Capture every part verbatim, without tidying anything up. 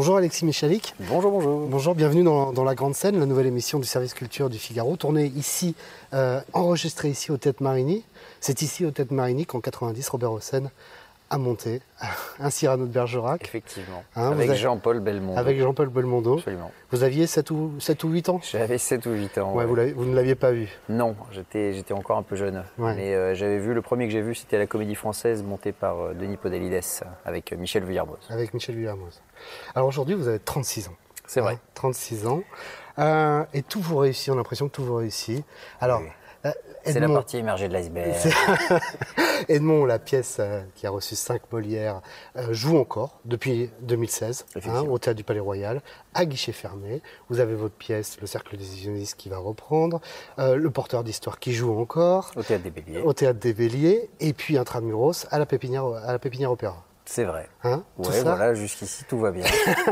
Bonjour Alexis Michalik. Bonjour, bonjour. Bonjour, bienvenue dans, dans La Grande Scène, la nouvelle émission du service culture du Figaro, tournée ici, euh, enregistrée ici au Théâtre Marigny. C'est ici au Théâtre Marigny qu'en quatre-vingt-dix, Robert Hossein a monté un Cyrano de Bergerac. Effectivement, Hein, avec avez... Jean-Paul Belmondo. Avec Jean-Paul Belmondo. Absolument. Vous aviez sept ou huit ans? J'avais sept ou huit ans. Ouais, ouais. Vous, vous ne l'aviez pas vu? Non, j'étais, j'étais encore un peu jeune. Ouais. Mais euh, j'avais vu, le premier que j'ai vu, c'était à la Comédie Française, monté par euh, Denis Podalides, avec euh, Michel Vuillermoz. Avec Michel Vuillermoz. Alors aujourd'hui, vous avez trente-six ans. C'est vrai. Hein, trente-six ans. Euh, et tout vous réussit, on a l'impression que tout vous réussit. Alors, Oui. euh, C'est Edmond... la partie émergée de l'iceberg. Edmond, la pièce euh, qui a reçu cinq Molières, euh, joue encore depuis deux mille seize hein, au Théâtre du Palais Royal, à guichet fermé. Vous avez votre pièce, Le Cercle des Illusionnistes, qui va reprendre, euh, Le Porteur d'Histoire qui joue encore, Au Théâtre des Béliers. au Théâtre des Béliers, et puis Intramuros à la Pépinière, à la Pépinière Opéra. C'est vrai. Hein, ouais, tout ça. Voilà, jusqu'ici tout va bien.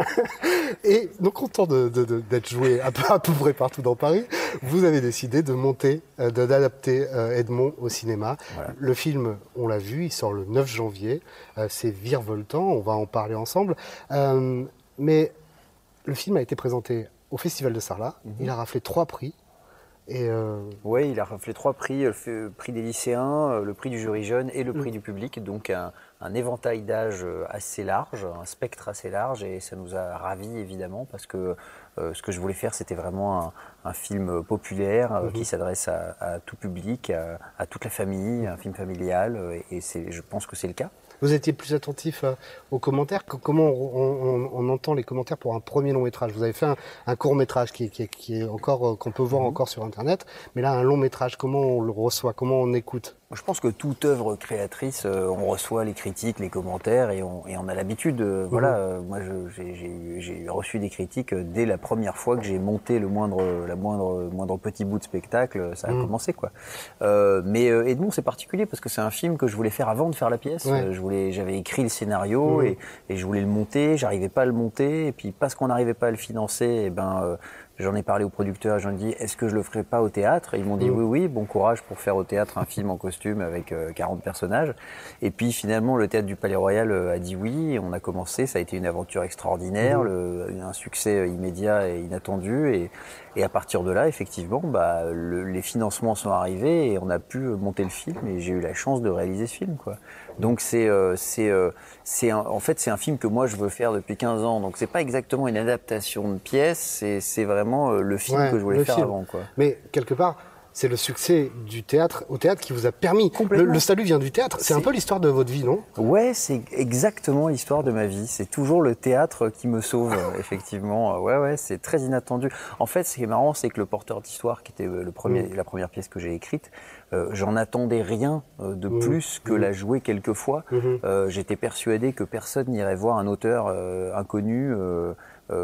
Et donc content de, de, de, d'être joué à peu, à peu près partout dans Paris, vous avez décidé de monter, euh, de, d'adapter euh, Edmond au cinéma. Voilà. Le film, on l'a vu, il sort le neuf janvier, euh, c'est virevoltant, on va en parler ensemble. Euh, mais le film a été présenté au Festival de Sarlat, mm-hmm. il a raflé trois prix. Et euh... Oui, il a raflé trois prix, le prix des lycéens, le prix du jury jeune et le prix mmh. du public, donc un, un éventail d'âge assez large, un spectre assez large, et ça nous a ravis évidemment, parce que euh, ce que je voulais faire, c'était vraiment un, un film populaire euh, mmh. qui s'adresse à, à tout public, à, à toute la famille, un film familial, et, et c'est, je pense que c'est le cas. Vous étiez plus attentif euh, aux commentaires. Comment on, on, on entend les commentaires pour un premier long métrage? Vous avez fait un, un court métrage qui, qui, qui est encore euh, qu'on peut voir mmh. encore sur Internet, mais là un long métrage. Comment on le reçoit? Comment on écoute? Je pense que toute œuvre créatrice, euh, on reçoit les critiques, les commentaires, et on, et on a l'habitude. Euh, mmh. Voilà, euh, moi je, j'ai, j'ai, j'ai reçu des critiques euh, dès la première fois que j'ai monté le moindre, la moindre, moindre petit bout de spectacle. Ça a mmh. commencé quoi. Euh, mais euh, Edmond, c'est particulier parce que c'est un film que je voulais faire avant de faire la pièce. Ouais. Euh, je voulais, j'avais écrit le scénario mmh. et, et je voulais le monter. J'arrivais pas à le monter, et puis parce qu'on n'arrivait pas à le financer, et ben euh, j'en ai parlé au producteur, j'en ai dit est-ce que je le ferais pas au théâtre? Et ils m'ont dit mmh. oui, oui, bon courage pour faire au théâtre un film en costume avec euh, quarante personnages. Et puis finalement, le Théâtre du Palais Royal euh, a dit oui, on a commencé, ça a été une aventure extraordinaire, mmh. le, un succès immédiat et inattendu. Et, et à partir de là, effectivement, bah, le, les financements sont arrivés et on a pu monter le film, et j'ai eu la chance de réaliser ce film, quoi. Donc c'est, euh, c'est, euh, c'est un, en fait, c'est un film que moi je veux faire depuis quinze ans. Donc c'est pas exactement une adaptation de pièce, c'est, c'est vraiment euh, le film ouais, que je voulais faire film. avant, quoi. Mais quelque part, c'est le succès du théâtre, au théâtre qui vous a permis. Le, le salut vient du théâtre. C'est, c'est un peu l'histoire de votre vie, non? Ouais, c'est exactement l'histoire de ma vie. C'est toujours le théâtre qui me sauve, effectivement. Ouais, ouais, c'est très inattendu. En fait, ce qui est marrant, c'est que Le Porteur d'Histoire, qui était le premier, mmh. la première pièce que j'ai écrite, euh, j'en attendais rien de mmh. plus que mmh. la jouer quelques fois. Mmh. Euh, j'étais persuadé que personne n'irait voir un auteur euh, inconnu. Euh, Euh,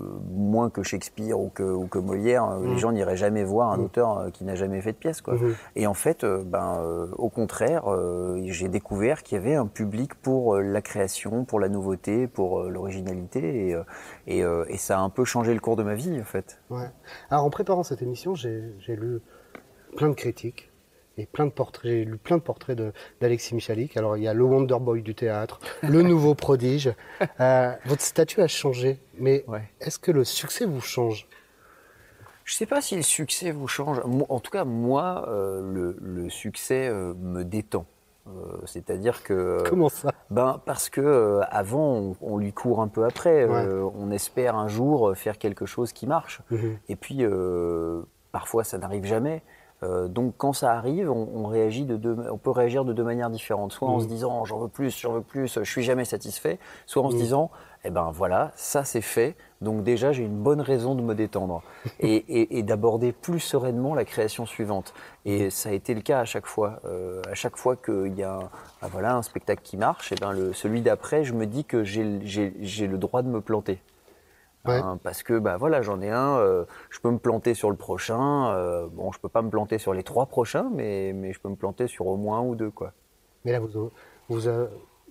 moins que Shakespeare ou que, ou que Molière, mmh. les gens n'iraient jamais voir un mmh. auteur euh, qui n'a jamais fait de pièce, quoi. Mmh. Et en fait, euh, ben, euh, au contraire, euh, j'ai découvert qu'il y avait un public pour euh, la création, pour la nouveauté, pour euh, l'originalité, et, euh, et, euh, et ça a un peu changé le cours de ma vie, en fait. Ouais. Alors, en préparant cette émission, j'ai, j'ai lu plein de critiques. Et plein de portraits, j'ai lu plein de portraits de, d'Alexis Michalik. Alors, il y a le Wonder Boy du théâtre, le nouveau prodige. Euh, votre statut a changé, mais ouais. est-ce que le succès vous change? Je ne sais pas si le succès vous change. En tout cas, moi, euh, le, le succès euh, me détend. Euh, c'est-à-dire que... Comment ça? Ben, parce que euh, avant, on, on lui court un peu après. Ouais. Euh, on espère un jour faire quelque chose qui marche. Mmh. Et puis, euh, parfois, ça n'arrive jamais. Euh, donc quand ça arrive, on, on réagit de deux, on peut réagir de deux manières différentes. Soit mmh. en se disant j'en veux plus, j'en veux plus, je suis jamais satisfait. Soit en mmh. se disant eh ben voilà, ça c'est fait. Donc déjà j'ai une bonne raison de me détendre et, et, et d'aborder plus sereinement la création suivante. Et ça a été le cas à chaque fois. Euh, à chaque fois qu'il y a un, ben voilà un spectacle qui marche, et ben le celui d'après, je me dis que j'ai, j'ai, j'ai le droit de me planter. Ouais. Hein, parce que bah voilà, j'en ai un, euh, je peux me planter sur le prochain. Euh, bon, je peux pas me planter sur les trois prochains, mais mais je peux me planter sur au moins un ou deux, quoi. Mais là, vous vous,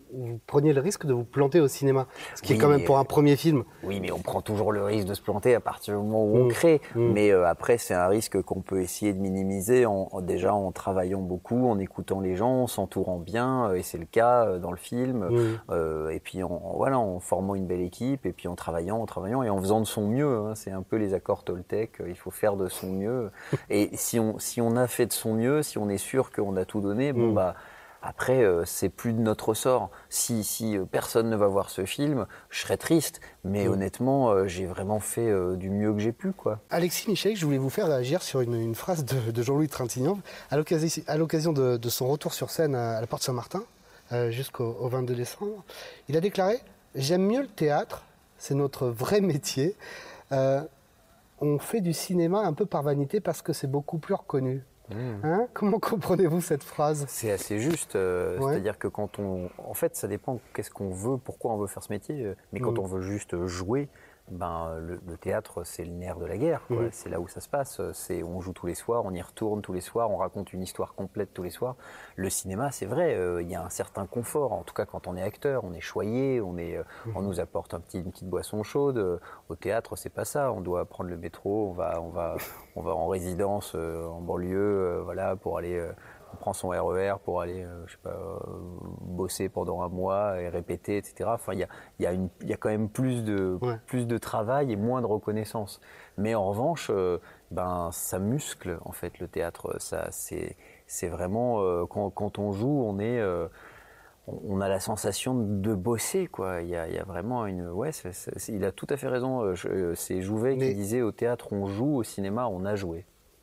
vous preniez le risque de vous planter au cinéma, ce qui Oui, est quand même mais- pour un premier film. Oui, mais on prend toujours le risque de se planter à partir du moment où on Mmh. crée. Mmh. Mais euh, après, c'est un risque qu'on peut essayer de minimiser en, en- déjà en travaillant beaucoup, en écoutant les gens, en s'entourant bien, euh, et c'est le cas euh, dans le film. Mmh. Euh, et puis en, en- voilà, en formant une belle équipe, et puis en travaillant, en travaillant et en faisant de son mieux. Hein. C'est un peu les accords Toltec. euh, Il faut faire de son mieux. Et si on si on a fait de son mieux, si on est sûr qu'on a tout donné, bon Mmh. bah. Après, euh, c'est plus de notre ressort. Si, si euh, personne ne va voir ce film, je serais triste. Mais Mm. honnêtement, euh, j'ai vraiment fait euh, du mieux que j'ai pu, quoi. Alexis Michalik, je voulais vous faire réagir sur une, une phrase de, de Jean-Louis Trintignant à l'occasion, à l'occasion de, de son retour sur scène à, à la Porte Saint-Martin euh, jusqu'au au vingt-deux décembre. Il a déclaré « J'aime mieux le théâtre, c'est notre vrai métier. Euh, on fait du cinéma un peu par vanité parce que c'est beaucoup plus reconnu. » Hein? Comment comprenez-vous cette phrase? C'est assez juste. euh, Ouais. C'est-à-dire que quand on. En fait, ça dépend qu'est-ce qu'on veut, pourquoi on veut faire ce métier. euh, Mais quand Mm. on veut juste jouer, ben, le, le théâtre, c'est le nerf de la guerre, quoi. Mm. C'est là où ça se passe. C'est, on joue tous les soirs, on y retourne tous les soirs, on raconte une histoire complète tous les soirs. Le cinéma, c'est vrai, euh, il y a un certain confort. En tout cas, quand on est acteur, on est choyé, on, est, euh, on nous apporte un petit, une petite boisson chaude. Euh, Au théâtre, c'est pas ça. On doit prendre le métro, on va, on va, on va en résidence, euh, en banlieue, euh, voilà, pour aller. euh, on prend son R E R pour aller, euh, je sais pas, euh, bosser pendant un mois et répéter, et cetera. Enfin, il y a, il y a une, il y a quand même plus de, Ouais. plus de travail et moins de reconnaissance. Mais en revanche, euh, ben, ça muscle en fait le théâtre. Ça, c'est, c'est vraiment euh, quand, quand on joue, on est, euh, on, on a la sensation de bosser, quoi. Il y a, il y a vraiment une, ouais, c'est- c'est- il a tout à fait raison. Euh, je- C'est Jouvet Mais- qui disait au théâtre on joue, au cinéma on a joué.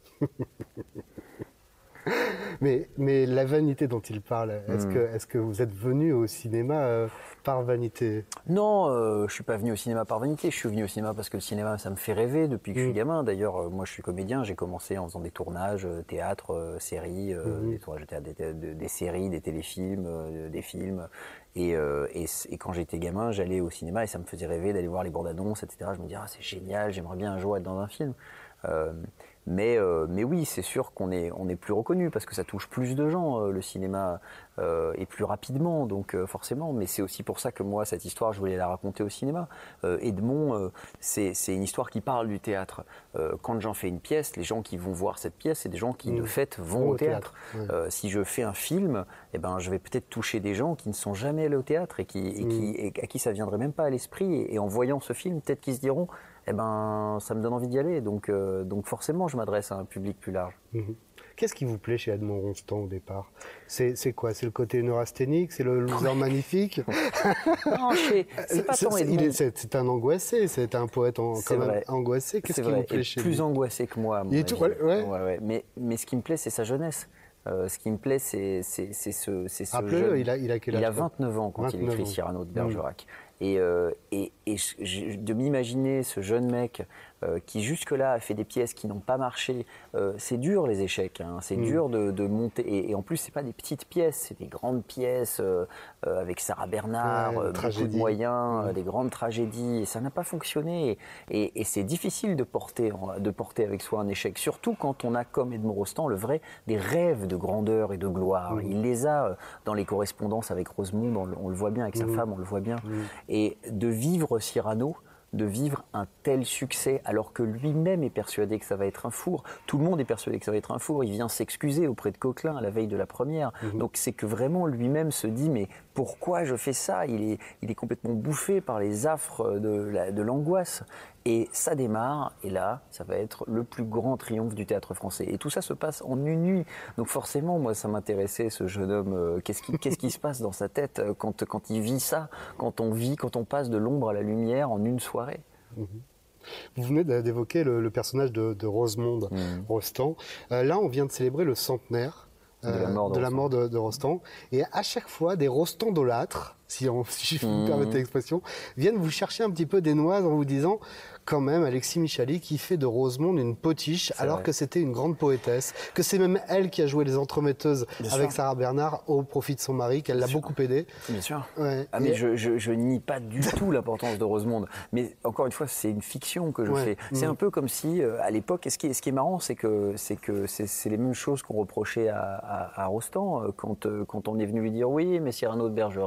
Mais, mais la vanité dont il parle, est-ce Mm. que, est-ce que vous êtes venu au cinéma euh, par vanité? Non, euh, je suis pas venu au cinéma par vanité. Je suis venu au cinéma parce que le cinéma, ça me fait rêver depuis que je suis Mm. gamin. D'ailleurs, euh, moi, je suis comédien. J'ai commencé en faisant des tournages, euh, théâtre, euh, séries, euh, Mhm. des tournages de théâtre, des, des- des séries, des téléfilms, euh, des films. Et, euh, et, c- et quand j'étais gamin, j'allais au cinéma et ça me faisait rêver d'aller voir les bandes annonces, et cetera. Je me disais, ah, c'est génial, j'aimerais bien un jour être dans un film. Euh, mais, euh, mais oui, c'est sûr qu'on est, on est plus reconnu parce que ça touche plus de gens, euh, le cinéma, euh, et plus rapidement, donc euh, forcément. Mais c'est aussi pour ça que moi, cette histoire, je voulais la raconter au cinéma. Euh, Edmond, euh, c'est, c'est une histoire qui parle du théâtre. Euh, quand j'en fais une pièce, les gens qui vont voir cette pièce, c'est des gens qui, Mmh. de fait, vont Au au théâtre. théâtre, ouais. Euh, si je fais un film, eh ben, je vais peut-être toucher des gens qui ne sont jamais allés au théâtre et, qui, et, qui, et à qui ça viendrait même pas à l'esprit. Et, et en voyant ce film, peut-être qu'ils se diront, eh ben, ça me donne envie d'y aller. Donc, euh, donc forcément, je m'adresse à un public plus large. Mhm. Qu'est-ce qui vous plaît chez Edmond Rostand au départ? C'est c'est quoi? C'est le côté neurasthénique? C'est le loser magnifique? Non, je sais, c'est pas C'est- tant c'est- il Edmond. est- C'est c'est un angoissé, c'est un poète en, C'est quand même vrai. angoissé. Qu'est-ce C'est qui vrai, vous plaît et chez plus lui? angoissé que moi. À mon Il est tout- avis. ouais, ouais. Mais, mais ce qui me plaît, c'est sa jeunesse. Euh, ce qui me plaît, c'est c'est- c'est ce, c'est ce Rappelez-le, jeune. il a- il a quel Il a âge, quoi vingt-neuf ans quand il vingt-neuf écrit ans. Cyrano de Bergerac. Et, euh, et, et je- je- de m'imaginer ce jeune mec euh, qui jusque-là a fait des pièces qui n'ont pas marché, euh, c'est dur les échecs, hein. C'est Mm. dur de, de monter. Et, et en plus, c'est pas des petites pièces, c'est des grandes pièces euh, euh, avec Sarah Bernard, Ouais, euh, beaucoup de tragédie. moyens, Mm. euh, des grandes tragédies. Et ça n'a pas fonctionné. Et, et c'est difficile de porter, en- de porter avec soi un échec, surtout quand on a, comme Edmond Rostand, le vrai, des rêves de grandeur et de gloire. Mm. Il les a euh, dans les correspondances avec Rosemonde, on, le- on le voit bien, avec sa Mm. femme, on le voit bien. Mm. Et de vivre Cyrano, de vivre un tel succès, alors que lui-même est persuadé que ça va être un four. Tout le monde est persuadé que ça va être un four. Il vient s'excuser auprès de Coquelin à la veille de la première. Mhm. Donc c'est que vraiment lui-même se dit, mais pourquoi je fais ça? Il est, il est complètement bouffé par les affres de, la- de l'angoisse. Et ça démarre, et là, ça va être le plus grand triomphe du théâtre français. Et tout ça se passe en une nuit. Donc forcément, moi, ça m'intéressait, ce jeune homme. euh, qu'est-ce qui, qu'est-ce qui se passe dans sa tête euh, quand, quand il vit ça, quand on vit, quand on passe de l'ombre à la lumière en une soirée? Vous venez d'a- d'évoquer le, le personnage de, de Rosemonde Mm. Rostand. Euh, là, on vient de célébrer le centenaire De la mort de de, la Rostand. mort de, de Rostand. Et à chaque fois, des Rostandolâtres, si, on, si je Mm. me permettez l'expression, viennent vous chercher un petit peu des noises en vous disant, quand même, Alexis Michalik qui fait de Rosemonde une potiche, C'est alors vrai. que c'était une grande poétesse, que c'est même elle qui a joué les entremetteuses Bien avec sûr. Sarah Bernard au profit de son mari, qu'elle l'a sûr. beaucoup aidé. Bien sûr. Ouais. Ah mais Et- je, je, je nie pas du tout l'importance de Rosemonde. Mais encore une fois, c'est une fiction que je Ouais. fais. C'est Mm. un peu comme si, euh, à l'époque, et ce qui est, ce qui est marrant, c'est que c'est que c'est c'est les mêmes choses qu'on reprochait à, à, à Rostand euh, quand, euh, quand on est venu lui dire oui, mais Cyrano de Bergerac,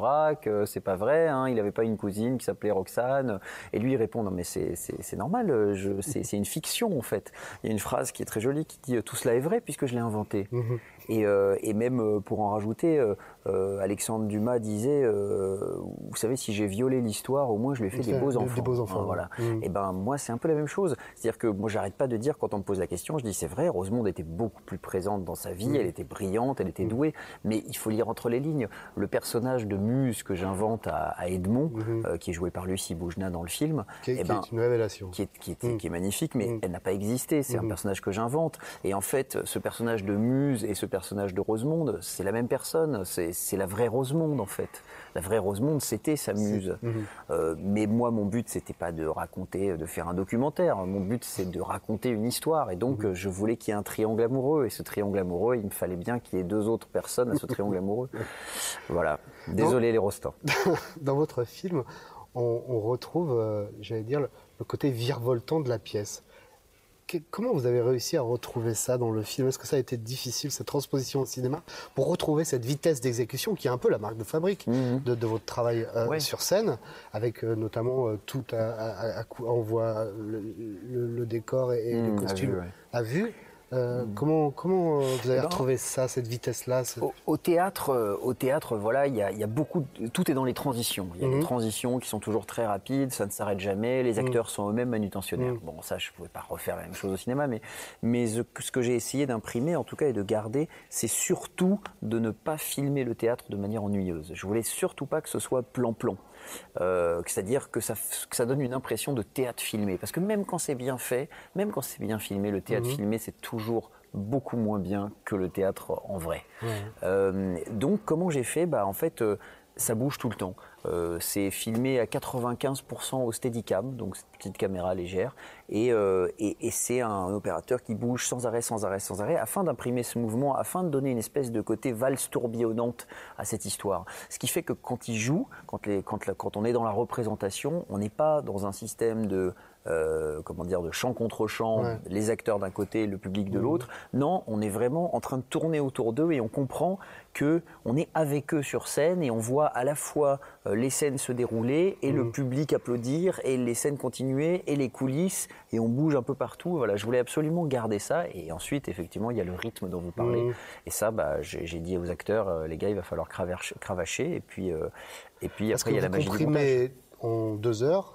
euh, c'est pas vrai, hein, il avait pas une cousine qui s'appelait Roxane. Et lui il répond non mais c'est c'est c'est normal, je c'est c'est une fiction en fait. Il y a une phrase qui est très jolie qui dit tout cela est vrai puisque je l'ai inventé. Mmh. Et euh, et même pour en rajouter, euh, euh, Alexandre Dumas disait euh, vous savez si j'ai violé l'histoire, au moins je lui ai fait des beaux enfants. Des beaux enfants. Hein, voilà. Mmh. Et ben moi c'est un peu la même chose. C'est-à-dire que moi j'arrête pas de dire quand on me pose la question, je dis c'est vrai, Rosemonde était beaucoup plus présente dans sa vie, mmh. elle était brillante, elle était douée, mais il faut lire entre les lignes. Le personnage de Muse que j'invente à, à Edmond, mmh. euh, qui est joué par Lucie Boujna dans le film, qui est, eh qui ben, est une révélation, qui est, qui est, mmh. qui est magnifique, mais mmh. elle n'a pas existé. C'est mmh. un personnage que j'invente. Et en fait, ce personnage de Muse et ce personnage de Rosemonde, c'est la même personne. C'est, c'est la vraie Rosemonde en fait. La vraie Rosemonde, c'était sa Muse. Mmh. Euh, mais moi, mon but, c'était pas de raconter, de faire un documentaire. Mon but, c'est de raconter une histoire. Et donc, mmh. je voulais qu'il y ait un triangle amoureux. Et ce triangle amoureux, il me fallait bien qu'il y ait deux autres personnes à ce triangle amoureux. Voilà. Désolé dans, les Rostans. Dans votre film, on, on retrouve, euh, j'allais dire, le, le côté virevoltant de la pièce. Que, comment vous avez réussi à retrouver ça dans le film? Est-ce que ça a été difficile, cette transposition au cinéma, pour retrouver cette vitesse d'exécution qui est un peu la marque de fabrique mmh. de, de votre travail euh, ouais. sur scène, avec euh, notamment euh, tout à, à, à, on voit le, le, le décor et, et mmh, les costumes à vue. Ouais. À vue. Euh, mmh. Comment comment vous avez ben, retrouvé ça, cette vitesse-là ce... au, au théâtre, euh, au théâtre, voilà, il y a, y a beaucoup, de, tout est dans les transitions. Il y a mmh. des transitions qui sont toujours très rapides, ça ne s'arrête jamais. Les acteurs mmh. sont eux-mêmes manutentionnaires. Mmh. Bon, ça, je pouvais pas refaire la même chose au cinéma, mais mais ce, ce que j'ai essayé d'imprimer, en tout cas, et de garder, c'est surtout de ne pas filmer le théâtre de manière ennuyeuse. Je voulais surtout pas que ce soit plan-plan. Euh, c'est-à-dire que ça, que ça donne une impression de théâtre filmé. Parce que même quand c'est bien fait, même quand c'est bien filmé, le théâtre mmh. filmé, c'est toujours beaucoup moins bien que le théâtre en vrai. Mmh. Euh, donc, comment j'ai fait? Bah, en fait, euh, ça bouge tout le temps. Euh, c'est filmé à quatre-vingt-quinze pour cent au Steadicam, donc cette petite caméra légère, et, euh, et, et c'est un opérateur qui bouge sans arrêt, sans arrêt, sans arrêt, afin d'imprimer ce mouvement, afin de donner une espèce de côté valse tourbillonnante à cette histoire. Ce qui fait que quand il joue, quand, les, quand, la, quand on est dans la représentation, on n'est pas dans un système de Euh, comment dire, de chant contre chant, ouais. les acteurs d'un côté, le public de mmh. l'autre. Non, on est vraiment en train de tourner autour d'eux et on comprend que on est avec eux sur scène et on voit à la fois euh, les scènes se dérouler et mmh. le public applaudir et les scènes continuer et les coulisses et on bouge un peu partout. Voilà, je voulais absolument garder ça et ensuite, effectivement, il y a le rythme dont vous parlez mmh. et ça, bah, j'ai, j'ai dit aux acteurs, euh, les gars, il va falloir cravacher et puis euh, et puis Parce après il y a la magie du comprimez montage. En deux heures.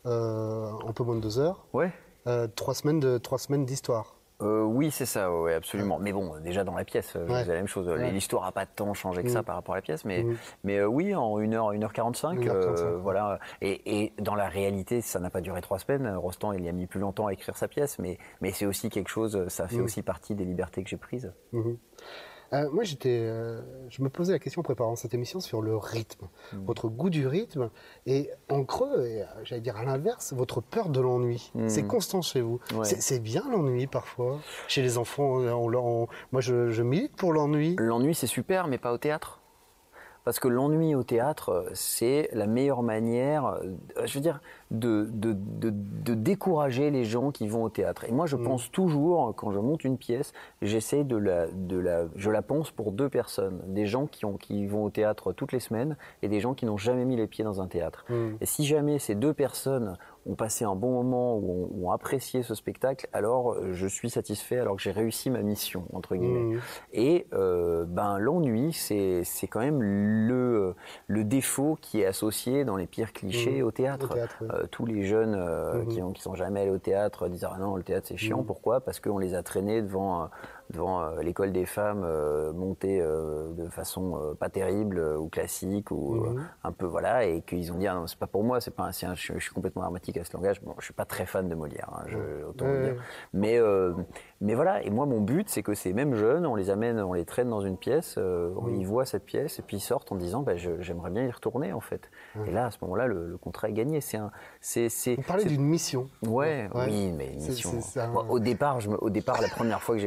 Euh, un peu moins de deux heures. Ouais. Euh, trois semaines de trois semaines d'histoire. Euh, oui, c'est ça, ouais, absolument. Ouais. Mais bon, déjà dans la pièce, je ouais. faisais la même chose. Ouais. L'histoire a pas tant changé que mmh. ça par rapport à la pièce, mais mmh. mais euh, oui, en une heure, une heure quarante-cinq, euh, voilà. Et, et dans la réalité, ça n'a pas duré trois semaines. Rostand, il y a mis plus longtemps à écrire sa pièce, mais mais c'est aussi quelque chose. Ça fait mmh. aussi partie des libertés que j'ai prises. Mmh. Euh, moi, j'étais, euh, je me posais la question en préparant cette émission sur le rythme, mmh. votre goût du rythme, et en creux, et, j'allais dire à l'inverse, votre peur de l'ennui. Mmh. C'est constant chez vous. Ouais. C'est, c'est bien l'ennui parfois. Chez les enfants, on, on, moi, je, je milite pour l'ennui. L'ennui, c'est super, mais pas au théâtre. Parce que l'ennui au théâtre, c'est la meilleure manière, je veux dire, de, de, de, de décourager les gens qui vont au théâtre. Et moi, je mmh. pense toujours, quand je monte une pièce, j'essaie de la, de la, je la pense pour deux personnes. Des gens qui, ont, qui vont au théâtre toutes les semaines et des gens qui n'ont jamais mis les pieds dans un théâtre. Mmh. Et si jamais ces deux personnes ont passé un bon moment ou ont, ont apprécié ce spectacle, alors je suis satisfait, alors que j'ai réussi ma mission, entre guillemets. Mmh. Et euh, ben, l'ennui, c'est, c'est quand même le, le défaut qui est associé dans les pires clichés mmh. au théâtre. Au théâtre oui. euh, tous les jeunes euh, mmh. qui, ont, qui sont jamais allés au théâtre disent « Ah non, le théâtre c'est chiant mmh. ». Pourquoi ? Parce qu'on les a traînés devant, euh, devant euh, l'école des femmes euh, montée euh, de façon euh, pas terrible euh, ou classique ou mmh. euh, un peu voilà, et qu'ils ont dit « Ah non, c'est pas pour moi, c'est pas un, c'est un, je, je suis complètement hermétique à ce langage ». Bon, je suis pas très fan de Molière, hein, je, autant mmh. vous dire. Mais, euh, mais voilà, et moi mon but c'est que ces mêmes jeunes, on les amène, on les traîne dans une pièce, euh, mmh. ils voient cette pièce et puis ils sortent en disant bah, je, j'aimerais bien y retourner en fait. Mmh. Et là à ce moment-là le, le contrat est gagné. C'est un, c'est, c'est. Vous parlez c'est... d'une mission. Ouais, ouais, oui, mais une mission. C'est, c'est un... bon, au départ, je me, au départ, la première fois que j'ai monté un spectacle.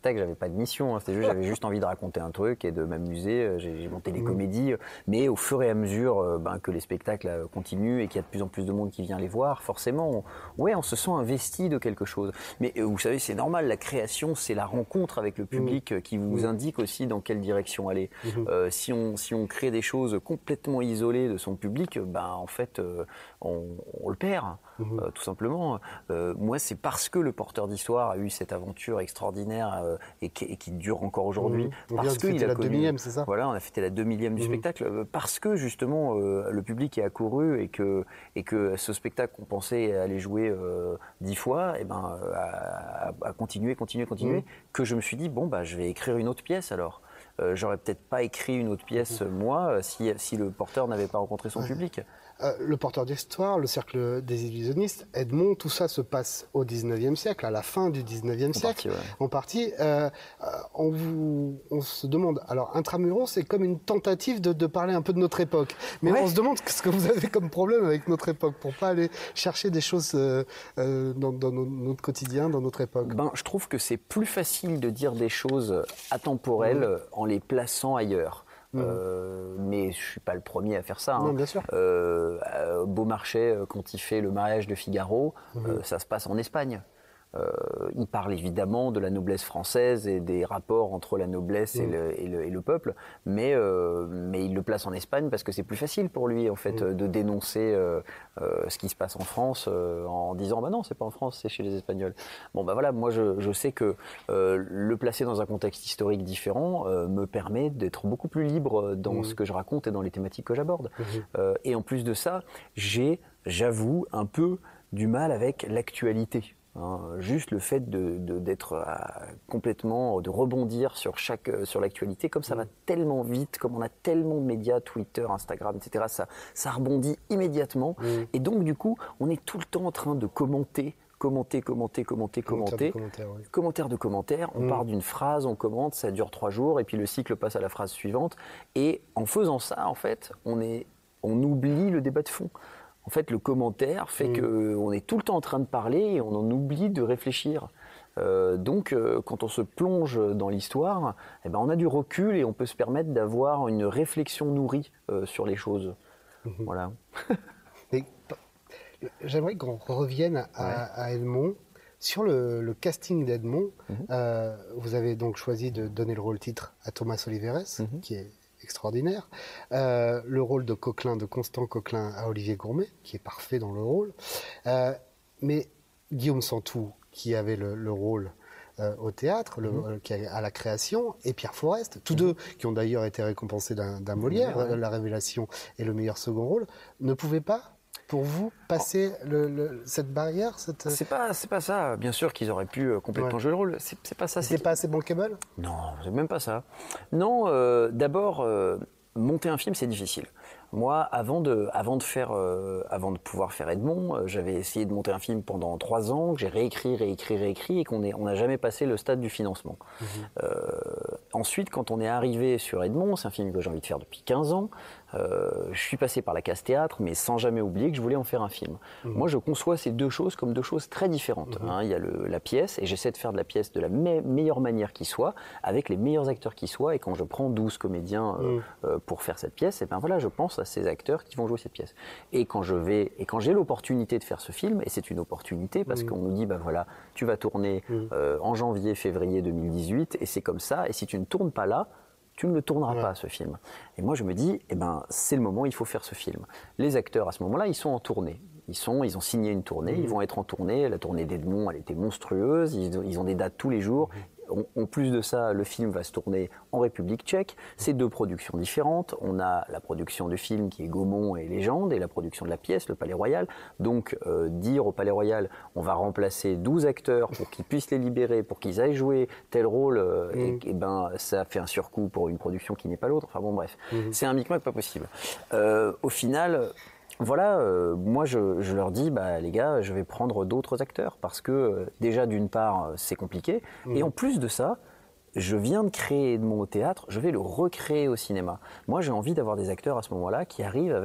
spectacle, j'avais pas de mission. Hein, c'était juste, j'avais juste envie de raconter un truc et de m'amuser. J'ai, j'ai monté des comédies, mais au fur et à mesure euh, ben, que les spectacles euh, continuent et qu'il y a de plus en plus de monde qui vient les voir, forcément, on, ouais, on se sent investi de quelque chose. Mais euh, vous savez, c'est normal. La création, c'est la rencontre avec le public mmh. qui vous mmh. indique aussi dans quelle direction aller. Mmh. Euh, si on si on crée des choses complètement isolées de son public, ben en fait, euh, on, on le perd. Mmh. Euh, tout simplement. Euh, moi, c'est parce que le porteur d'histoire a eu cette aventure extraordinaire euh, et, qui, et qui dure encore aujourd'hui. Mmh. Parce qu'il a la deux millième, c'est ça ? Voilà, on a fêté la deux millième mmh. du spectacle. Euh, parce que justement, euh, le public est accouru et que et que ce spectacle qu'on pensait aller jouer euh, dix fois, et ben euh, a, a continué, continué, continué. Mmh. Que je me suis dit bon bah je vais écrire une autre pièce alors. Euh, j'aurais peut-être pas écrit une autre pièce mmh. moi si si le porteur n'avait pas rencontré son ouais. public. Euh, le porteur d'histoire, le cercle des illusionnistes, Edmond, tout ça se passe au dix-neuvième siècle, à la fin du dix-neuvième siècle, partie, ouais. en partie. Euh, euh, on, vous, on se demande, alors Intramuros, c'est comme une tentative de, de parler un peu de notre époque, mais ouais. on se demande ce que vous avez comme problème avec notre époque, pour pas aller chercher des choses euh, euh, dans, dans notre quotidien, dans notre époque. Ben, je trouve que c'est plus facile de dire des choses atemporelles mmh. en les plaçant ailleurs. Mmh. Euh, mais je suis pas le premier à faire ça. Non, hein. bien sûr. Euh, euh, Beaumarchais, quand il fait le mariage de Figaro, mmh. euh, ça se passe en Espagne. Euh, il parle évidemment de la noblesse française et des rapports entre la noblesse mmh. et, le, et, le, et le peuple, mais, euh, mais il le place en Espagne parce que c'est plus facile pour lui en fait mmh. de dénoncer euh, euh, ce qui se passe en France euh, en disant bah non c'est pas en France, c'est chez les Espagnols. Bon bah voilà, moi je, je sais que euh, le placer dans un contexte historique différent euh, me permet d'être beaucoup plus libre dans mmh. ce que je raconte et dans les thématiques que j'aborde. Mmh. Euh, et en plus de ça, j'ai, j'avoue, un peu du mal avec l'actualité. Hein, juste le fait de, de, d'être euh, complètement, de rebondir sur chaque, euh, sur l'actualité, comme ça mmh. va tellement vite, comme on a tellement de médias, Twitter, Instagram, et cetera, ça, ça rebondit immédiatement. Mmh. Et donc, du coup, on est tout le temps en train de commenter, commenter, commenter, commenter, commenter. Commentaire, oui. Commentaire de commentaire. On mmh. part d'une phrase, on commente, ça dure trois jours, et puis le cycle passe à la phrase suivante. Et en faisant ça, en fait, on est, on oublie le débat de fond. En fait, le commentaire fait mmh. qu'on est tout le temps en train de parler et on en oublie de réfléchir. Euh, donc, euh, quand on se plonge dans l'histoire, eh ben, on a du recul et on peut se permettre d'avoir une réflexion nourrie euh, sur les choses. Mmh. Voilà. Mais, j'aimerais qu'on revienne à, ouais. à Edmond. Sur le, le casting d'Edmond, mmh. euh, vous avez donc choisi de donner le rôle-titre à Thomas Oliveres, mmh. qui est extraordinaire. Euh, le rôle de Coquelin, de Constant Coquelin à Olivier Gourmet, qui est parfait dans le rôle. Euh, mais Guillaume Santou, qui avait le, le rôle euh, au théâtre, le, mmh. qui a, à la création, et Pierre Forest, tous mmh. deux, qui ont d'ailleurs été récompensés d'un, d'un Molière, mmh. La Révélation et le meilleur second rôle, ne pouvaient pas, pour vous, passer le, le, cette barrière cette... C'est pas, c'est pas ça. Bien sûr qu'ils auraient pu euh, complètement ouais. jouer le rôle. C'est, c'est pas ça. C'est, c'est pas assez bankable ? Non, c'est même pas ça. Non, euh, d'abord, euh, monter un film, c'est difficile. Moi, avant de, avant de faire, euh, avant de pouvoir faire Edmond, euh, j'avais essayé de monter un film pendant trois ans, que j'ai réécrit, réécrit, réécrit, et qu'on est, on n'a jamais passé le stade du financement. Mmh. Euh, ensuite, quand on est arrivé sur Edmond, c'est un film que j'ai envie de faire depuis quinze ans. Euh, je suis passé par la case théâtre, mais sans jamais oublier que je voulais en faire un film. Mmh. Moi, je conçois ces deux choses comme deux choses très différentes. Mmh. Hein. Il y a le, la pièce, et j'essaie de faire de la pièce de la me- meilleure manière qui soit, avec les meilleurs acteurs qui soient. Et quand je prends douze comédiens euh, mmh. euh, pour faire cette pièce, et ben voilà, je pense à ces acteurs qui vont jouer cette pièce. Et quand je vais, et quand j'ai l'opportunité de faire ce film, et c'est une opportunité parce mmh. qu'on nous dit, ben voilà, tu vas tourner mmh. euh, en janvier, février deux mille dix-huit, et c'est comme ça. Et si tu ne tournes pas là, tu ne le tourneras ouais. pas, ce film. Et moi, je me dis, eh ben, c'est le moment, il faut faire ce film. Les acteurs, à ce moment-là, ils sont en tournée. Ils sont, ils ont signé une tournée, mmh. ils vont être en tournée. La tournée d'Edmond, elle était monstrueuse. Ils, ils ont des dates tous les jours. Mmh. En, en plus de ça, le film va se tourner en République tchèque. C'est deux productions différentes. On a la production du film qui est Gaumont et Légende, et la production de la pièce, le Palais Royal. Donc, euh, dire au Palais Royal, on va remplacer douze acteurs pour qu'ils puissent les libérer, pour qu'ils aillent jouer tel rôle, euh, mmh. et, et ben, ça fait un surcoût pour une production qui n'est pas l'autre. Enfin bon, bref, mmh. c'est un micmac pas possible. Euh, au final, voilà, euh, moi je, je leur dis, bah les gars, je vais prendre d'autres acteurs parce que euh, déjà d'une part c'est compliqué mmh. et en plus de ça, je viens de créer Edmond au théâtre, je vais le recréer au cinéma. Moi j'ai envie d'avoir des acteurs à ce moment-là qui arrivent avec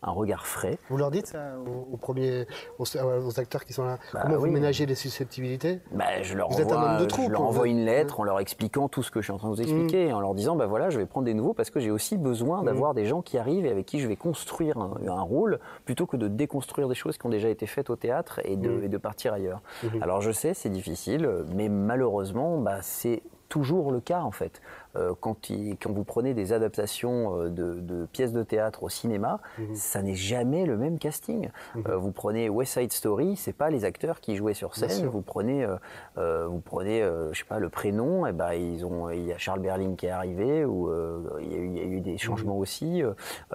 un regard frais. Vous leur dites ça aux, aux premiers, aux, aux acteurs qui sont là, bah, comment oui. vous ménagez les susceptibilités? bah, Je leur vous envoie, êtes un homme de troupe, je leur envoie une lettre en leur expliquant tout ce que je suis en train de vous expliquer, mmh. et en leur disant, bah voilà, je vais prendre des nouveaux parce que j'ai aussi besoin d'avoir mmh. des gens qui arrivent et avec qui je vais construire un, un rôle plutôt que de déconstruire des choses qui ont déjà été faites au théâtre et de, mmh. et de partir ailleurs. Mmh. Alors je sais, c'est difficile, mais malheureusement, bah, c'est toujours le cas en fait. Euh, quand, il, quand vous prenez des adaptations euh, de, de pièces de théâtre au cinéma, mmh. ça n'est jamais le même casting. Mmh. Euh, vous prenez West Side Story, c'est pas les acteurs qui jouaient sur scène. Vous prenez, euh, euh, vous prenez, euh, je sais pas, le prénom. Et ben ils ont, il y a Charles Berling qui est arrivé, ou euh, il, y a eu, il y a eu des changements mmh. aussi.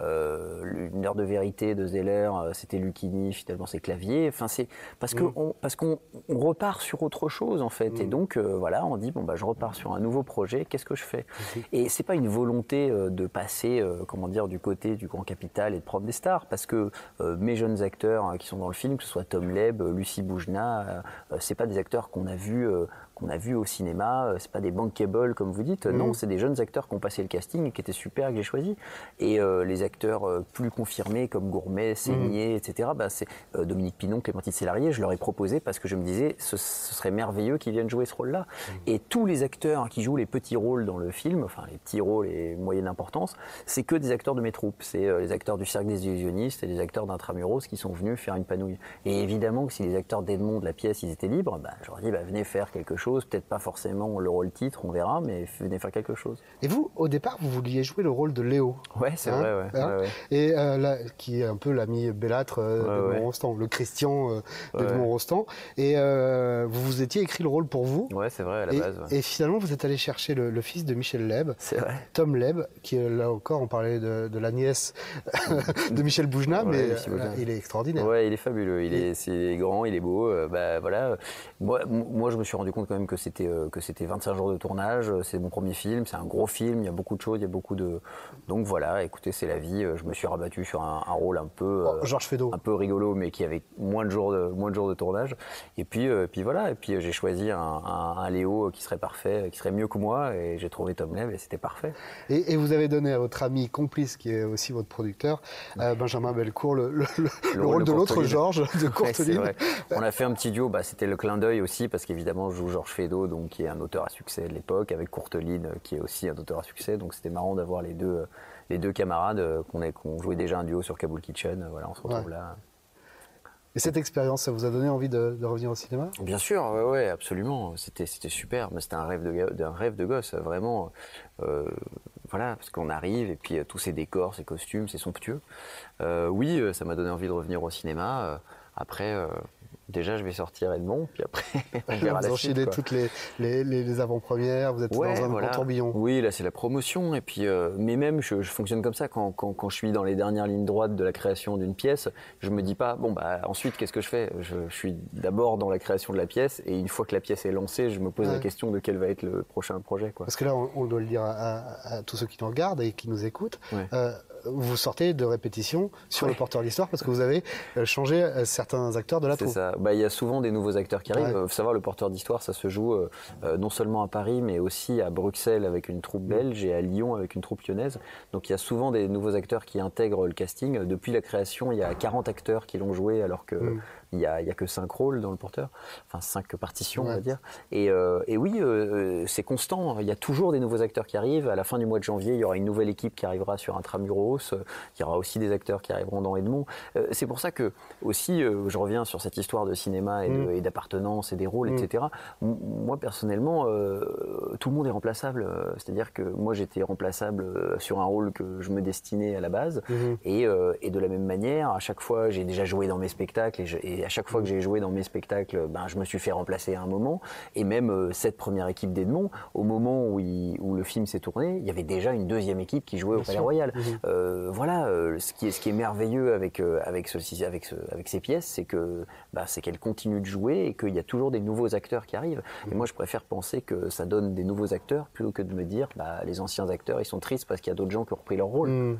Euh, Une heure de vérité de Zeller, c'était Lucchini, finalement c'est Clavier. Enfin c'est parce que mmh. on, parce qu'on on repart sur autre chose en fait. Mmh. Et donc euh, voilà, on dit bon bah je repars sur un nouveau projet. Qu'est-ce que je fais? Et c'est pas une volonté euh, de passer, euh, comment dire, du côté du grand capital et de prendre des stars, parce que euh, mes jeunes acteurs hein, qui sont dans le film, que ce soit Tom Leb, Lucie Boujna, euh, c'est pas des acteurs qu'on a vus, euh, qu'on a vus au cinéma, c'est pas des bankable comme vous dites, mmh. non, c'est des jeunes acteurs qui ont passé le casting et qui étaient super, que j'ai choisi. Et euh, les acteurs euh, plus confirmés comme Gourmet, Seigné, mmh. et cetera. Bah c'est euh, Dominique Pinon, Clémentine Célarié, je leur ai proposé parce que je me disais, ce, ce serait merveilleux qu'ils viennent jouer ce rôle-là. Mmh. Et tous les acteurs qui jouent les petits rôles dans le film, enfin les petits rôles et moyenne importance, c'est que des acteurs de mes troupes. C'est euh, les acteurs du Cercle des Illusionnistes et les acteurs d'Intramuros qui sont venus faire une panouille. Et évidemment que si les acteurs d'Edmond de la pièce ils étaient libres, bah, je leur dis bah, venez faire quelque chose, peut-être pas forcément le rôle titre, on verra, mais venez faire quelque chose. Et vous, au départ, vous vouliez jouer le rôle de Léo. Ouais, c'est hein, vrai, ouais. Hein ouais, ouais. Et euh, là, qui est un peu l'ami bellâtre euh, ouais, d'Edmond ouais. Rostand, le Christian euh, d'Edmond ouais. Rostand. Et euh, vous vous étiez écrit le rôle pour vous. Ouais, c'est vrai, à la et, base. Ouais. Et finalement, vous êtes allé chercher le, le fils de Michel Leb, c'est vrai. Tom Leb, qui est là encore, on parlait de, de la nièce de Michel Boujna, ouais, mais euh, là, il est extraordinaire. Ouais, il est fabuleux. Il est, c'est grand, il est beau. Euh, bah voilà. Moi, moi, je me suis rendu compte quand même que c'était euh, que c'était vingt-cinq jours de tournage. C'est mon premier film, c'est un gros film. Il y a beaucoup de choses, il y a beaucoup de. Donc voilà. Écoutez, c'est la vie. Je me suis rabattu sur un, un rôle un peu oh, Georges Feydeau, un peu rigolo, mais qui avait moins de jours de moins de jours de tournage. Et puis, euh, puis voilà. Et puis j'ai choisi un, un, un Léo qui serait parfait, qui serait mieux que moi. Et j'ai trouvé Tom Leb et c'était parfait. Et, et vous avez donné à votre ami complice, qui est aussi votre producteur, euh, Benjamin Bellecour, le, le, le, le rôle de, de l'autre Georges de Courteline. Ouais, on a fait un petit duo, bah, c'était le clin d'œil aussi, parce qu'évidemment je joue Georges Feydeau, donc qui est un auteur à succès de l'époque, avec Courteline, qui est aussi un auteur à succès, donc c'était marrant d'avoir les deux, les deux camarades qu'on, est, qu'on jouait déjà un duo sur Kaboul Kitchen, voilà, on se retrouve ouais. là. Et cette expérience, ça vous a donné envie de, de revenir au cinéma? Bien sûr, ouais, ouais, absolument. C'était, c'était super. Mais c'était un rêve de, d'un rêve de gosse, vraiment. Euh, voilà, parce qu'on arrive et puis euh, tous ces décors, ces costumes, c'est somptueux. Euh, oui, ça m'a donné envie de revenir au cinéma. Euh, après, euh, déjà, je vais sortir Edmond, puis après, on verra vous la enchaînez suite, toutes les, les, les, les avant-premières, vous êtes ouais, dans un voilà. grand tourbillon. Oui, là, c'est la promotion. Et puis, euh, mais même, je, je fonctionne comme ça. Quand, quand, quand je suis dans les dernières lignes droites de la création d'une pièce, je me dis pas, bon, bah, ensuite, qu'est-ce que je fais? je, je suis d'abord dans la création de la pièce, et une fois que la pièce est lancée, je me pose ouais. la question de quel va être le prochain projet, quoi. Parce que là, on, on doit le dire à, à, à tous ceux qui nous regardent et qui nous écoutent. Ouais. Euh, vous sortez de répétition sur ouais. le porteur d'histoire parce que vous avez changé certains acteurs de la troupe. C'est ça. Bah, il y a souvent des nouveaux acteurs qui arrivent. Il ouais. faut savoir, le porteur d'histoire, ça se joue euh, non seulement à Paris, mais aussi à Bruxelles avec une troupe belge et à Lyon avec une troupe lyonnaise. Donc il y a souvent des nouveaux acteurs qui intègrent le casting. Depuis la création, il y a quarante acteurs qui l'ont joué alors que mm. il y a, il y a que cinq rôles dans le porteur, enfin cinq partitions ouais. on va dire. Et, euh, et oui, euh, c'est constant. Il y a toujours des nouveaux acteurs qui arrivent. À la fin du mois de janvier, il y aura une nouvelle équipe qui arrivera sur Intramuros. Il y aura aussi des acteurs qui arriveront dans Edmond. Euh, c'est pour ça que aussi, euh, je reviens sur cette histoire de cinéma et, de, mmh. et d'appartenance et des rôles, mmh. et cetera. M- moi personnellement, euh, tout le monde est remplaçable. C'est-à-dire que moi j'étais remplaçable sur un rôle que je me destinais à la base. Mmh. Et, euh, et de la même manière, à chaque fois, j'ai déjà joué dans mes spectacles et, je, et à chaque fois que j'ai joué dans mes spectacles, ben, je me suis fait remplacer à un moment. Et même euh, cette première équipe d'Edmond, au moment où, il, où le film s'est tourné, il y avait déjà une deuxième équipe qui jouait Bien au Palais sûr. Royal. Mmh. Euh, voilà, euh, ce, qui est, ce qui est merveilleux avec, euh, avec, ce, avec, ce, avec ces pièces, c'est que bah, c'est qu'elles continuent de jouer et qu'il y a toujours des nouveaux acteurs qui arrivent. Mmh. Et moi, je préfère penser que ça donne des nouveaux acteurs plutôt que de me dire bah, les anciens acteurs, ils sont tristes parce qu'il y a d'autres gens qui ont repris leur rôle. Mmh.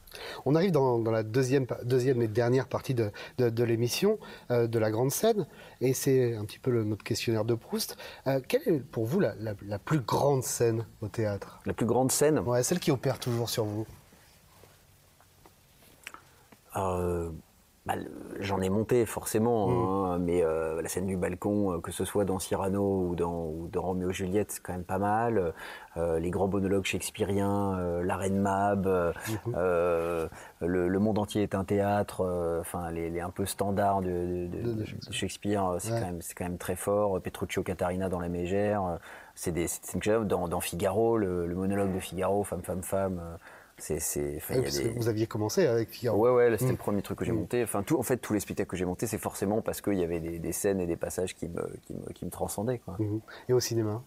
On arrive dans, dans la deuxième, deuxième et dernière partie de, de, de l'émission, euh, de la grande scène, et c'est un petit peu le, notre questionnaire de Proust. Euh, quelle est pour vous la, la, la plus grande scène au théâtre ? La plus grande scène ? Ouais, celle qui opère toujours sur vous. Euh, bah, j'en ai monté forcément, Mmh. hein, mais euh, la scène du balcon, euh, que ce soit dans Cyrano ou dans, ou dans Roméo et Juliette, c'est quand même pas mal. Euh, les grands monologues shakespeariens, euh, La Reine Mab, euh, Mmh. euh, le, le monde entier est un théâtre, euh, enfin les, les un peu standards de, de, de, De- de de Shakespeare. Shakespeare, c'est Ouais. quand même c'est quand même très fort. Petruccio Catarina dans La Mégère, euh, c'est des c'est une chose. Dans, dans Figaro, le, le monologue de Figaro, femme femme femme, euh, c'est c'est enfin, Ouais, il y a parce que des vous aviez commencé avec Figaro. Ouais, ouais, là, c'était Mmh. le premier truc que j'ai Mmh. monté. Enfin, tout, en fait, tous les spectacles que j'ai montés, c'est forcément parce qu'il y avait des, des scènes et des passages qui me, qui me, qui me transcendaient, quoi. Mmh. Et au cinéma?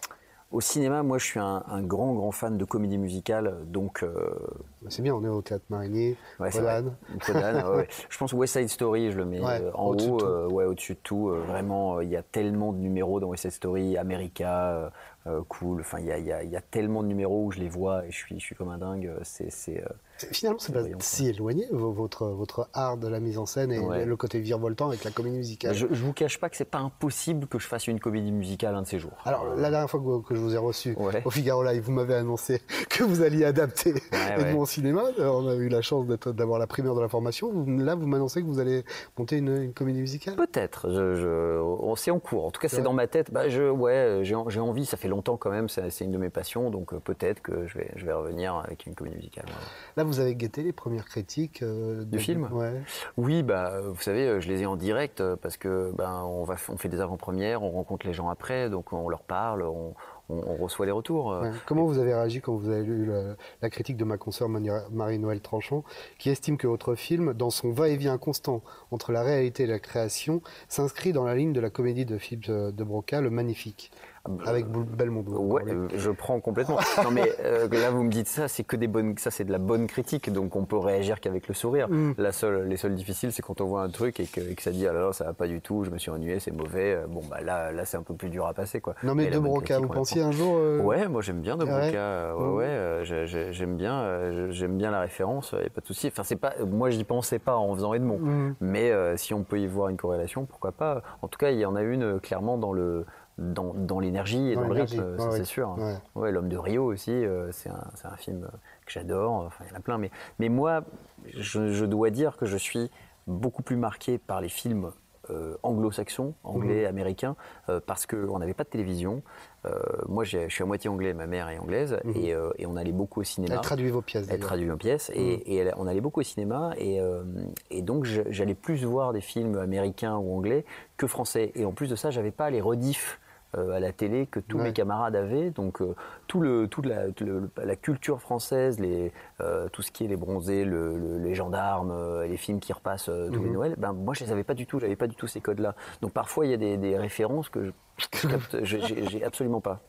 Au cinéma, moi, je suis un, un grand, grand fan de comédie musicale, donc. Euh, C'est bien, on est au Théâtre Marigny, ouais, c'est Rodin. vrai. Conan, ouais, ouais. Je pense West Side Story, je le mets Ouais, euh, en au-dessus de haut, tout. euh, ouais, au-dessus de tout. euh, vraiment, euh, il y a tellement de numéros dans West Side Story, America, euh, euh, Cool. Enfin, il y a, il y, a, il y a tellement de numéros où je les vois et je suis, je suis comme un dingue. C'est, c'est. Euh, C'est- Finalement, c'est pas brillant, quoi. si éloigné, vo- votre, votre art de la mise en scène et Ouais. le côté virevoltant avec la comédie musicale. je, je vous cache pas que c'est pas impossible que je fasse une comédie musicale un de ces jours. Alors, Euh, la dernière fois que, que je vous ai reçu Ouais. au Figaro Live, vous m'avez annoncé que vous alliez adapter Ouais, Edmond ouais. au cinéma. Euh, On a eu la chance d'être- d'avoir la primeur de l'information. Vous- Là, vous m'annoncez que vous allez monter une, une comédie musicale. Peut-être, je, je, on- c'est en cours. En tout cas, C'est c'est vrai. dans ma tête. Bah, je, ouais, j'ai, j'ai envie. Ça fait longtemps quand même. C'est, c'est une de mes passions, donc euh, peut-être que je vais, je vais revenir avec une comédie musicale. Ouais. Là, vous avez guetté les premières critiques euh, Du de- film Ouais. Oui, bah, vous savez, je les ai en direct euh, parce que ben, on va, on fait des avant-premières, on rencontre les gens après, donc on leur parle, on, on, on reçoit les retours. euh. Ouais. Comment vous avez réagi quand vous avez lu le- la critique de ma consoeur Mani- Marie-Noël Tranchant, qui estime que votre film, dans son va-et-vient constant entre la réalité et la création, s'inscrit dans la ligne de la comédie de Philippe de Broca, Le Magnifique, avec Bou- Belmondo. Ouais, encore les- euh, je prends complètement. Non mais euh, là vous me dites ça, c'est que des bonnes, ça c'est de la bonne critique, donc on peut réagir qu'avec le sourire. Mm. La seule, les seuls difficiles, c'est quand on voit un truc et que, et que ça dit ah là là ça va pas du tout, je me suis ennuyé, c'est mauvais. Euh, Bon bah là, là c'est un peu plus dur à passer quoi. Non mais, la de bonne Broca, critique, vous on la pensiez prend. un jour euh, Ouais, moi j'aime bien de Ouais. Broca. euh, Ouais, Mm. ouais, euh, j'ai- j'ai- j'aime bien, euh, j'aime bien la référence. Y a pas de souci. Enfin c'est pas, moi j'y pensais pas en faisant Edmond, Mm. mais euh, si on peut y voir une corrélation, pourquoi pas. En tout cas, il y en a une euh, clairement dans le dans, dans l'énergie et Dans dans, le l'énergie, rythme, dans ça le c'est rythme, sûr. ouais. Ouais, L'Homme de Rio aussi, euh, c'est un, c'est un film euh, que j'adore. Enfin, il y en a plein. Mais, mais moi, je, je dois dire que je suis beaucoup plus marqué par les films euh, anglo-saxons, anglais, américains, euh, parce qu'on n'avait pas de télévision. Euh, moi, j'ai- je suis à moitié anglais, ma mère est anglaise, Mhm. et, euh, et on allait beaucoup au cinéma. Elle traduit vos pièces Elle d'ailleurs. traduit en pièces et, et elle- on allait beaucoup au cinéma et, euh, et donc je- j'allais plus voir des films américains ou anglais que français et en plus de ça j'avais pas les rediffs euh, à la télé que tous Ouais. mes camarades avaient donc euh, tout le toute la, tout le- la culture française les euh, tout ce qui est les bronzés le, le- les gendarmes euh, les films qui repassent euh, tous les Mhm. Noëls ben moi je les avais pas du tout j'avais pas du tout ces codes là donc parfois il y a des, des références que je, je capte- je- j'ai j'ai absolument pas.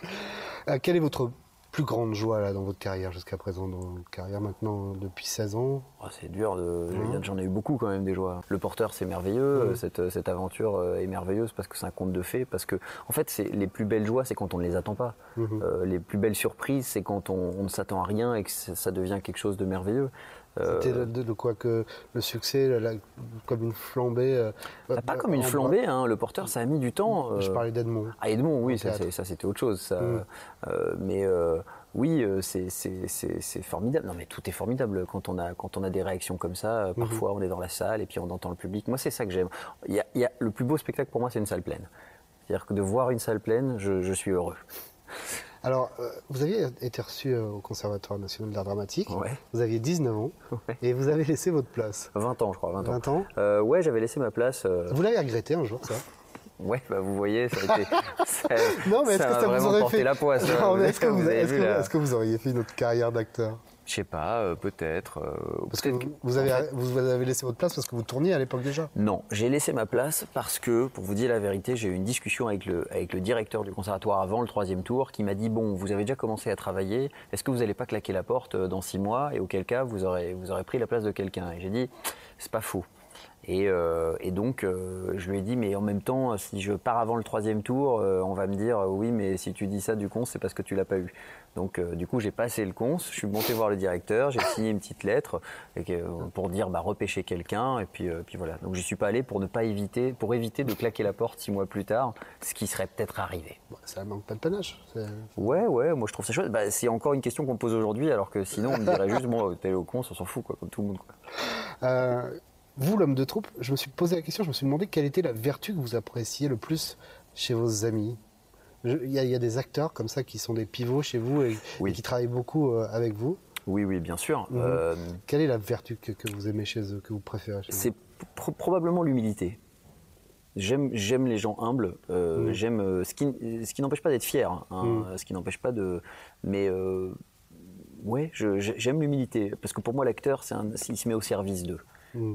Euh, quelle est votre plus grande joie là dans votre carrière jusqu'à présent, dans votre carrière maintenant depuis seize ans? Oh, c'est dur, de... Mhm. j'en ai eu beaucoup quand même des joies. Le Porteur, c'est merveilleux, Mhm. cette, cette aventure euh, est merveilleuse parce que c'est un conte de fées, parce que en fait, c'est les plus belles joies, c'est quand on ne les attend pas. Mhm. Euh, les plus belles surprises, c'est quand on, on ne s'attend à rien et que ça ça devient quelque chose de merveilleux. Euh, C'était de, de- de quoi que le succès, la- la- comme une flambée. euh, bah, pas euh, comme une en- flambée, hein. Le Porteur, ça a mis du temps. euh, Je parlais d'Edmond. Ah, Edmond, oui, Au ça, théâtre. c'est- ça c'était autre chose. Ça, Mm. euh, mais euh, oui, euh, c'est c'est- c'est- c'est formidable. Non, mais tout est formidable quand on a, quand on a des réactions comme ça. euh, Mhm. Parfois, on est dans la salle et puis on entend le public. Moi, c'est ça que j'aime. Il y a, il y a- le plus beau spectacle pour moi, c'est une salle pleine. C'est-à-dire que de voir une salle pleine, je, je suis heureux. Alors, euh, vous aviez été reçu euh, au Conservatoire national d'art dramatique. Ouais. Vous aviez dix-neuf ans Ouais. et vous avez laissé votre place. vingt ans, je crois. vingt ans. vingt ans. Euh, ouais, j'avais laissé ma place. euh, Vous l'avez regretté un jour, ça? Ouais, bah vous voyez, ça a été. ça, Non, mais est-ce ça que m'a ça vous vraiment aurait porté fait la poisse. Non, hein. mais est-ce que, vous, avez est-ce, vu, que, là est-ce que vous auriez fait une autre carrière d'acteur? Je sais pas, euh, peut-être. euh, Parce que peut-être vous, vous avez, en fait, vous avez laissé votre place parce que vous tourniez à l'époque déjà. Non, j'ai laissé ma place parce que, pour vous dire la vérité, j'ai eu une discussion avec le, avec le directeur du conservatoire avant le troisième tour qui m'a dit, bon, vous avez déjà commencé à travailler, est-ce que vous n'allez pas claquer la porte euh, dans six mois et auquel cas vous aurez, vous aurez pris la place de quelqu'un? Et j'ai dit, c'est pas faux. Et, euh, et donc, euh, je lui ai dit, mais en même temps, si je pars avant le troisième tour, euh, on va me dire, euh, oui, mais si tu dis ça du cons, c'est parce que tu l'as pas eu. Donc, euh, du coup, j'ai passé le cons, je suis monté voir le directeur, j'ai signé une petite lettre et que, pour dire, bah, repêcher quelqu'un, et puis, euh, puis voilà. Donc, j'y suis pas allé pour ne pas éviter, pour éviter de claquer la porte six mois plus tard, ce qui serait peut-être arrivé. Bon, ça manque pas de panache. Ouais, ouais, moi je trouve ça chouette. Bah, c'est encore une question qu'on me pose aujourd'hui, alors que sinon on me dirait juste, bon, t'es au cons, on s'en fout, quoi, comme tout le monde, quoi. Euh, Vous, l'homme de troupe, je me suis posé la question, je me suis demandé quelle était la vertu que vous appréciez le plus chez vos amis. Il y, y a des acteurs comme ça qui sont des pivots chez vous et, oui. et qui travaillent beaucoup euh, avec vous. Oui, oui, bien sûr. Mmh. Euh, quelle est la vertu que, que vous aimez chez eux, que vous préférez chez eux? C'est pr probablement l'humilité. J'aime, j'aime les gens humbles. Euh, mmh. J'aime euh, ce qui, ce qui n'empêche pas d'être fier, hein, mmh. ce qui n'empêche pas de. Mais euh, ouais, je, j'aime l'humilité parce que pour moi l'acteur, c'est un, il se met au service d'eux. Mmh.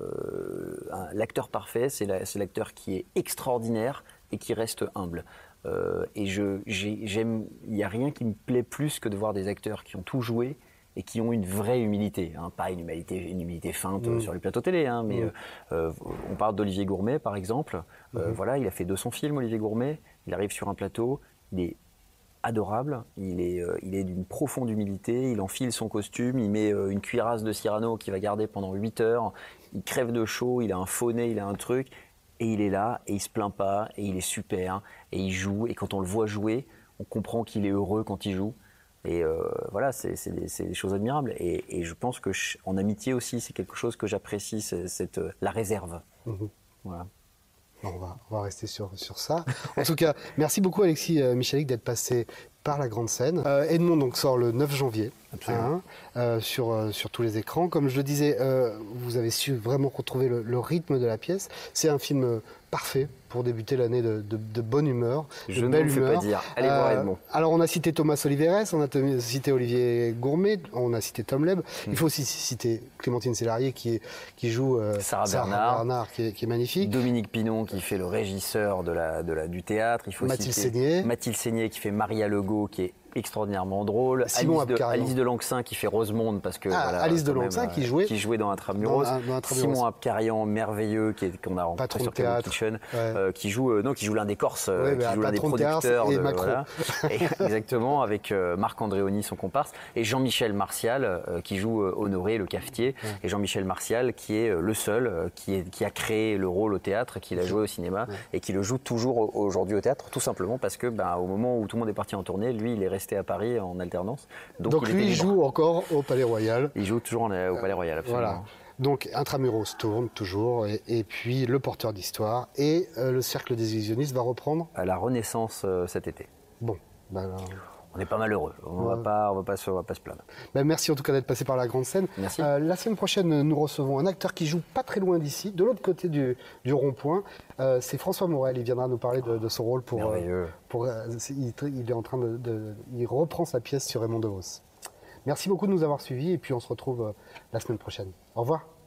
Euh, l'acteur parfait, c'est la, l'acteur qui est extraordinaire et qui reste humble. Euh, et je, j'aime, il n'y a rien qui me plaît plus que de voir des acteurs qui ont tout joué et qui ont une vraie humilité, hein, pas une humilité, une humilité feinte mmh. sur les plateaux télé, hein, mais mmh. euh, on parle d'Olivier Gourmet par exemple. Mmh. Euh, voilà, il a fait deux cents films, Olivier Gourmet. Il arrive sur un plateau, il est adorable, il est, euh, il est d'une profonde humilité, il enfile son costume, il met euh, une cuirasse de Cyrano qu'il va garder pendant huit heures, il crève de chaud, il a un faux nez, il a un truc, et il est là, et il se plaint pas, et il est super, et il joue, et quand on le voit jouer, on comprend qu'il est heureux quand il joue, et euh, voilà, c'est, c'est, des, c'est des choses admirables, et, et je pense que je, en amitié aussi, c'est quelque chose que j'apprécie, c'est, c'est euh, la réserve. Mmh. Voilà. On va, on va rester sur, sur ça. En tout cas, merci beaucoup Alexis euh, Michalik d'être passé par la grande scène. Euh, Edmond donc sort le neuf janvier hein, euh, sur, euh, sur tous les écrans. Comme je le disais, euh, vous avez su vraiment retrouver le, le rythme de la pièce. C'est un film euh, parfait pour débuter l'année de, de, de bonne humeur, de je belle ne humeur. fais pas dire. Allez euh, voir Edmond. Alors on a cité Thomas Oliveres, on a cité Olivier Gourmet, on a cité Tom Leb. Mm. Il faut aussi citer Clémentine Célarié qui, est, qui joue euh, Sarah, Sarah Bernard, Bernard qui, est, qui est magnifique. Dominique Pinon qui fait le régisseur de la, de la, du théâtre. Il faut Mathilde citer Seigné. Mathilde Seigné qui fait Maria Legault qui est extraordinairement drôle. Simon Alice de, Alice de Langsin qui fait Rosemonde parce que ah, voilà, Alice de Langsin qui jouait qui jouait dans Intramuros. Dans, dans Intramuros. Simon Abkarian merveilleux qui est qu'on a rencontré sur Théâtre Kitchen, ouais. euh, qui joue euh, non qui joue l'un des Corses, ouais, euh, qui joue l'un des producteurs et de, Macron. Voilà, et, exactement avec euh, Marc Andréoni son comparse et Jean-Michel Martial euh, qui joue euh, Honoré le cafetier ouais. et Jean-Michel Martial qui est euh, le seul euh, qui est qui a créé le rôle au théâtre, qui l'a joué au cinéma ouais. et qui le joue toujours aujourd'hui au théâtre, tout simplement parce que ben au moment où tout le monde est parti en tournée, lui il est resté à Paris en alternance. Donc, Donc il lui il joue encore au Palais Royal. Il joue toujours en, au Palais Royal, absolument. Voilà. Donc Intramuros tourne toujours, et, et puis Le Porteur d'Histoire, et euh, le Cercle des Illusionnistes va reprendre à la Renaissance euh, cet été. Bon, ben alors... On est pas malheureux, on ouais. va pas, on va pas se, on va pas se plaindre. Ben merci en tout cas d'être passé par la grande scène. Merci. Euh, la semaine prochaine, nous recevons un acteur qui joue pas très loin d'ici, de l'autre côté du, du rond-point. Euh, c'est François Morel. Il viendra nous parler de, de son rôle pour. Merveilleux. pour euh, il, il est en train de, de, il reprend sa pièce sur Raymond Devos. Merci beaucoup de nous avoir suivis et puis on se retrouve la semaine prochaine. Au revoir.